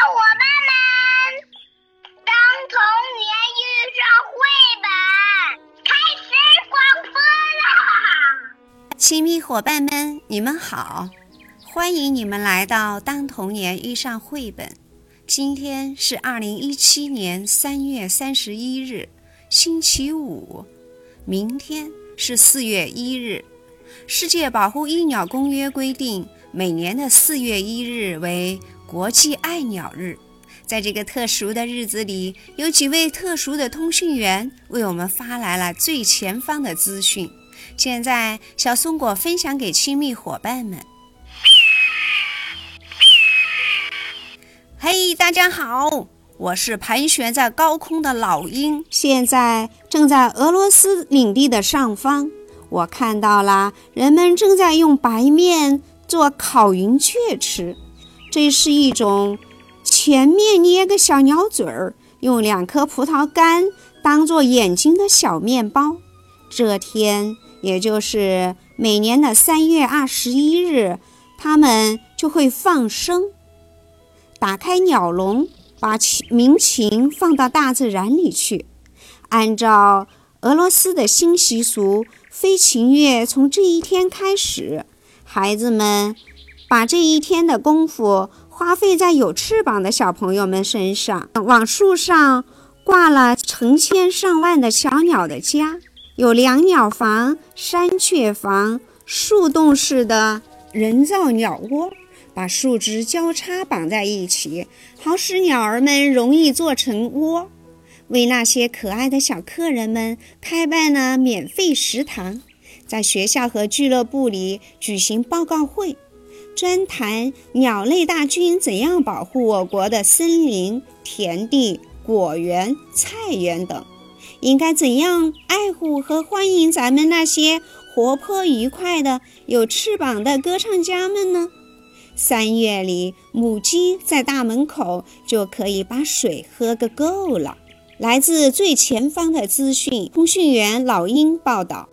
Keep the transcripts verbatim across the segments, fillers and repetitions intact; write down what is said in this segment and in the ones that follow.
伙伴们，当童年遇上绘本，开始广播啦！ 亲密伙伴们，你们好，欢迎你们来到当童年遇上绘本。今天是二零一七年三月三十一日，星期五。明天是四月一日。世界保护益鸟公约规定，每年的四月一日为国际爱鸟日。在这个特殊的日子里，有几位特殊的通讯员为我们发来了最前方的资讯。现在小松果分享给亲密伙伴们。嘿，大家好，我是盘旋在高空的老鹰，现在正在俄罗斯领地的上方。我看到了人们正在用白面做烤云雀吃，这是一种前面捏个小鸟嘴儿，用两颗葡萄干当做眼睛的小面包。这天，也就是每年的三月二十一日，他们就会放生。打开鸟笼，把鸣禽放到大自然里去。按照俄罗斯的新习俗，飞禽月从这一天开始，孩子们把这一天的功夫花费在有翅膀的小朋友们身上。往树上挂了成千上万的小鸟的家，有两鸟房、山雀房、树洞式的人造鸟窝，把树枝交叉绑在一起，好使鸟儿们容易做成窝。为那些可爱的小客人们开办了免费食堂，在学校和俱乐部里举行报告会，专谈鸟类大军怎样保护我国的森林、田地、果园、菜园等，应该怎样爱护和欢迎咱们那些活泼愉快的有翅膀的歌唱家们呢？三月里，母鸡在大门口就可以把水喝个够了。来自最前方的资讯，通讯员老鹰报道。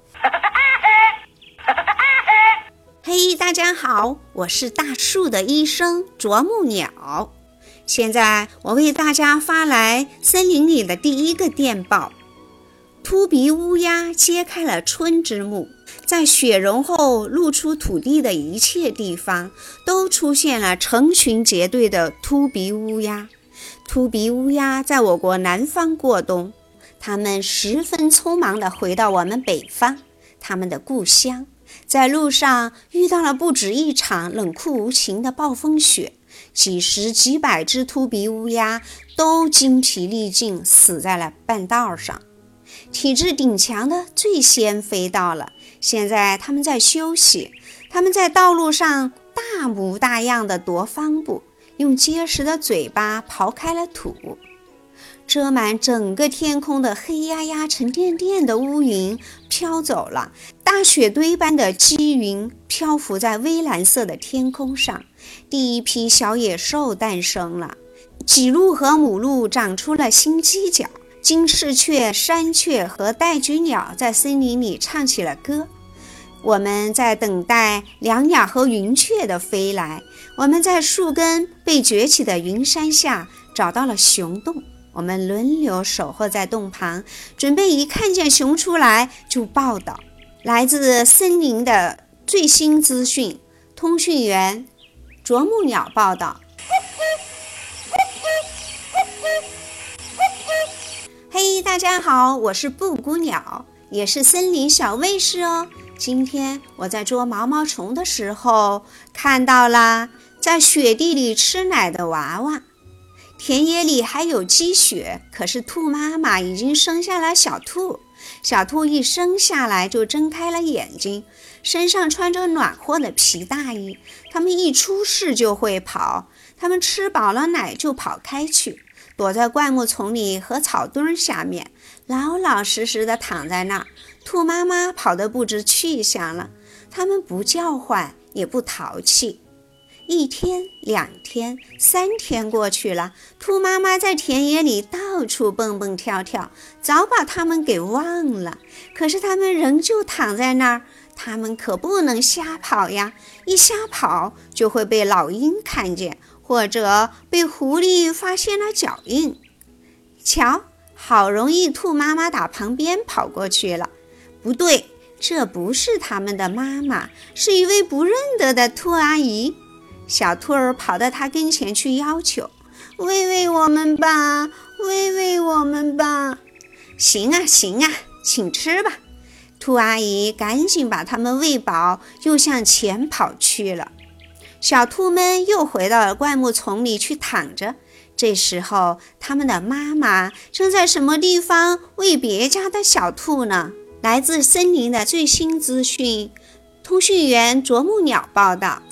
嘿，大家好，我是大树的医生啄木鸟。现在我为大家发来森林里的第一个电报。秃鼻乌鸦揭开了春之幕，在雪融后露出土地的一切地方，都出现了成群结队的秃鼻乌鸦。秃鼻乌鸦在我国南方过冬，它们十分匆忙地回到我们北方，他们的故乡。在路上遇到了不止一场冷酷无情的暴风雪，几十几百只秃鼻乌鸦都精疲力尽，死在了半道上。体质顶强的最先飞到了，现在他们在休息，他们在道路上大模大样地踱方步，用结实的嘴巴刨开了土。遮满整个天空的黑压压沉甸甸的乌云飘走了，大雪堆般的积云漂浮在微蓝色的天空上。第一批小野兽诞生了，麂鹿和母鹿长出了新犄角，金翅雀、山雀和戴菊鸟在森林里唱起了歌。我们在等待两鸟和云雀的飞来，我们在树根被卷起的云山下找到了熊洞，我们轮流守候在洞旁，准备一看见熊出来就报道。来自森林的最新资讯，通讯员啄木鸟报道。嘿，大家好，我是布谷鸟，也是森林小卫士哦。今天我在捉毛毛虫的时候，看到了在雪地里吃奶的娃娃。田野里还有积雪，可是兔妈妈已经生下了小兔。小兔一生下来就睁开了眼睛，身上穿着暖和的皮大衣。它们一出世就会跑，它们吃饱了奶就跑开去，躲在灌木丛里和草墩下面，老老实实地躺在那儿。兔妈妈跑得不知去向了，它们不叫唤，也不淘气。一天、两天、三天过去了，兔妈妈在田野里到处蹦蹦跳跳，早把它们给忘了。可是它们仍旧躺在那儿，它们可不能瞎跑呀，一瞎跑就会被老鹰看见， 或者被狐狸发现了脚印。瞧，好容易兔妈妈打旁边跑过去了。不对，这不是他们的妈妈，是一位不认得的兔阿姨。小兔儿跑到她跟前去要求：喂喂我们吧，喂喂我们吧。行啊行啊，请吃吧。兔阿姨赶紧把它们喂饱，又向前跑去了。小兔们又回到了灌木丛里去躺着。这时候，他们的妈妈正在什么地方喂别家的小兔呢？来自森林的最新资讯，通讯员啄木鸟报道。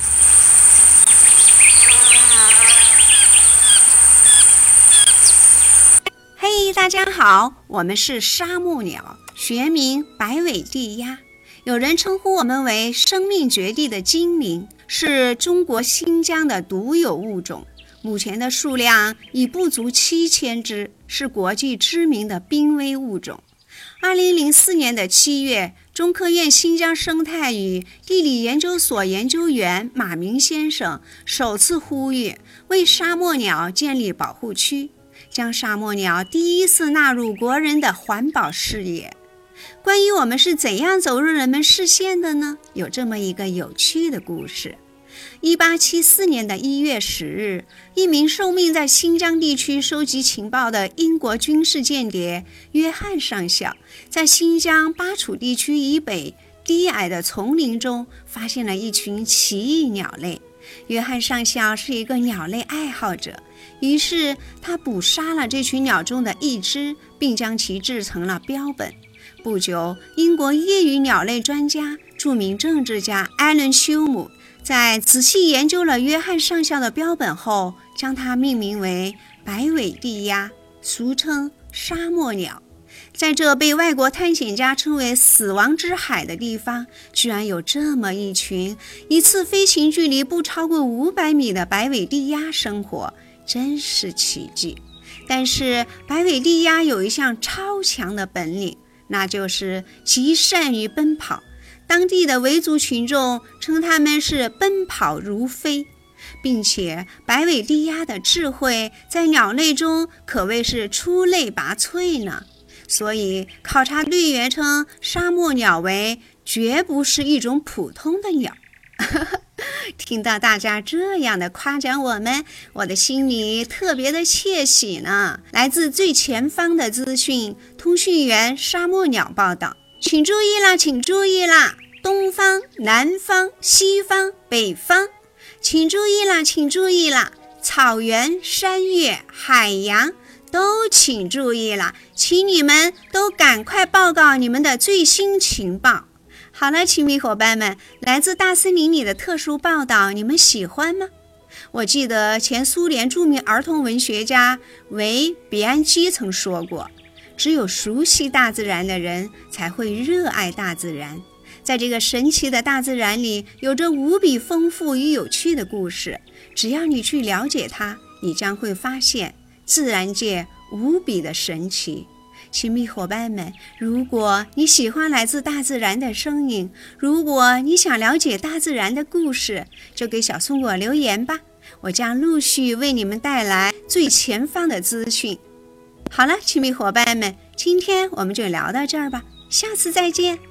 嘿，大家好，我们是沙漠鸟，学名白尾地鸭，有人称呼我们为生命绝地的精灵，是中国新疆的独有物种，目前的数量已不足七千只，是国际知名的濒危物种。二零零四年的七月，中科院新疆生态与地理研究所研究员马明先生首次呼吁为沙漠鸟建立保护区，将沙漠鸟第一次纳入国人的环保视野。关于我们是怎样走入人们视线的呢？有这么一个有趣的故事。一八七四年的一月十日，一名受命在新疆地区收集情报的英国军事间谍约翰上校，在新疆巴楚地区以北低矮的丛林中发现了一群奇异鸟类。约翰上校是一个鸟类爱好者，于是他捕杀了这群鸟中的一只，并将其制成了标本。不久，英国业余鸟类专家、著名政治家艾伦·休姆在仔细研究了约翰上校的标本后，将它命名为白尾地鸭，俗称沙漠鸟。在这被外国探险家称为死亡之海的地方，居然有这么一群一次飞行距离不超过五百米的白尾地鸭生活，真是奇迹。但是白尾地鸭有一项超强的本领，那就是极善于奔跑。当地的维族群众称它们是奔跑如飞，并且白尾地鸭的智慧在鸟类中可谓是出类拔萃呢。所以考察队员称沙漠鸟为绝不是一种普通的鸟。听到大家这样的夸奖我们，我的心里特别的窃喜呢。来自最前方的资讯，通讯员沙漠鸟报道。请注意啦，请注意啦！东方、南方、西方、北方，请注意啦，请注意啦！草原、山岳、海洋，都请注意啦！请你们都赶快报告你们的最新情报。好了，亲密伙伴们，来自大森林里的特殊报道，你们喜欢吗？我记得前苏联著名儿童文学家维比安基曾说过，只有熟悉大自然的人才会热爱大自然。在这个神奇的大自然里，有着无比丰富与有趣的故事。只要你去了解它，你将会发现自然界无比的神奇。亲密伙伴们，如果你喜欢来自大自然的声音，如果你想了解大自然的故事，就给小松果留言吧，我将陆续为你们带来最前方的资讯。好了，亲密伙伴们，今天我们就聊到这儿吧，下次再见。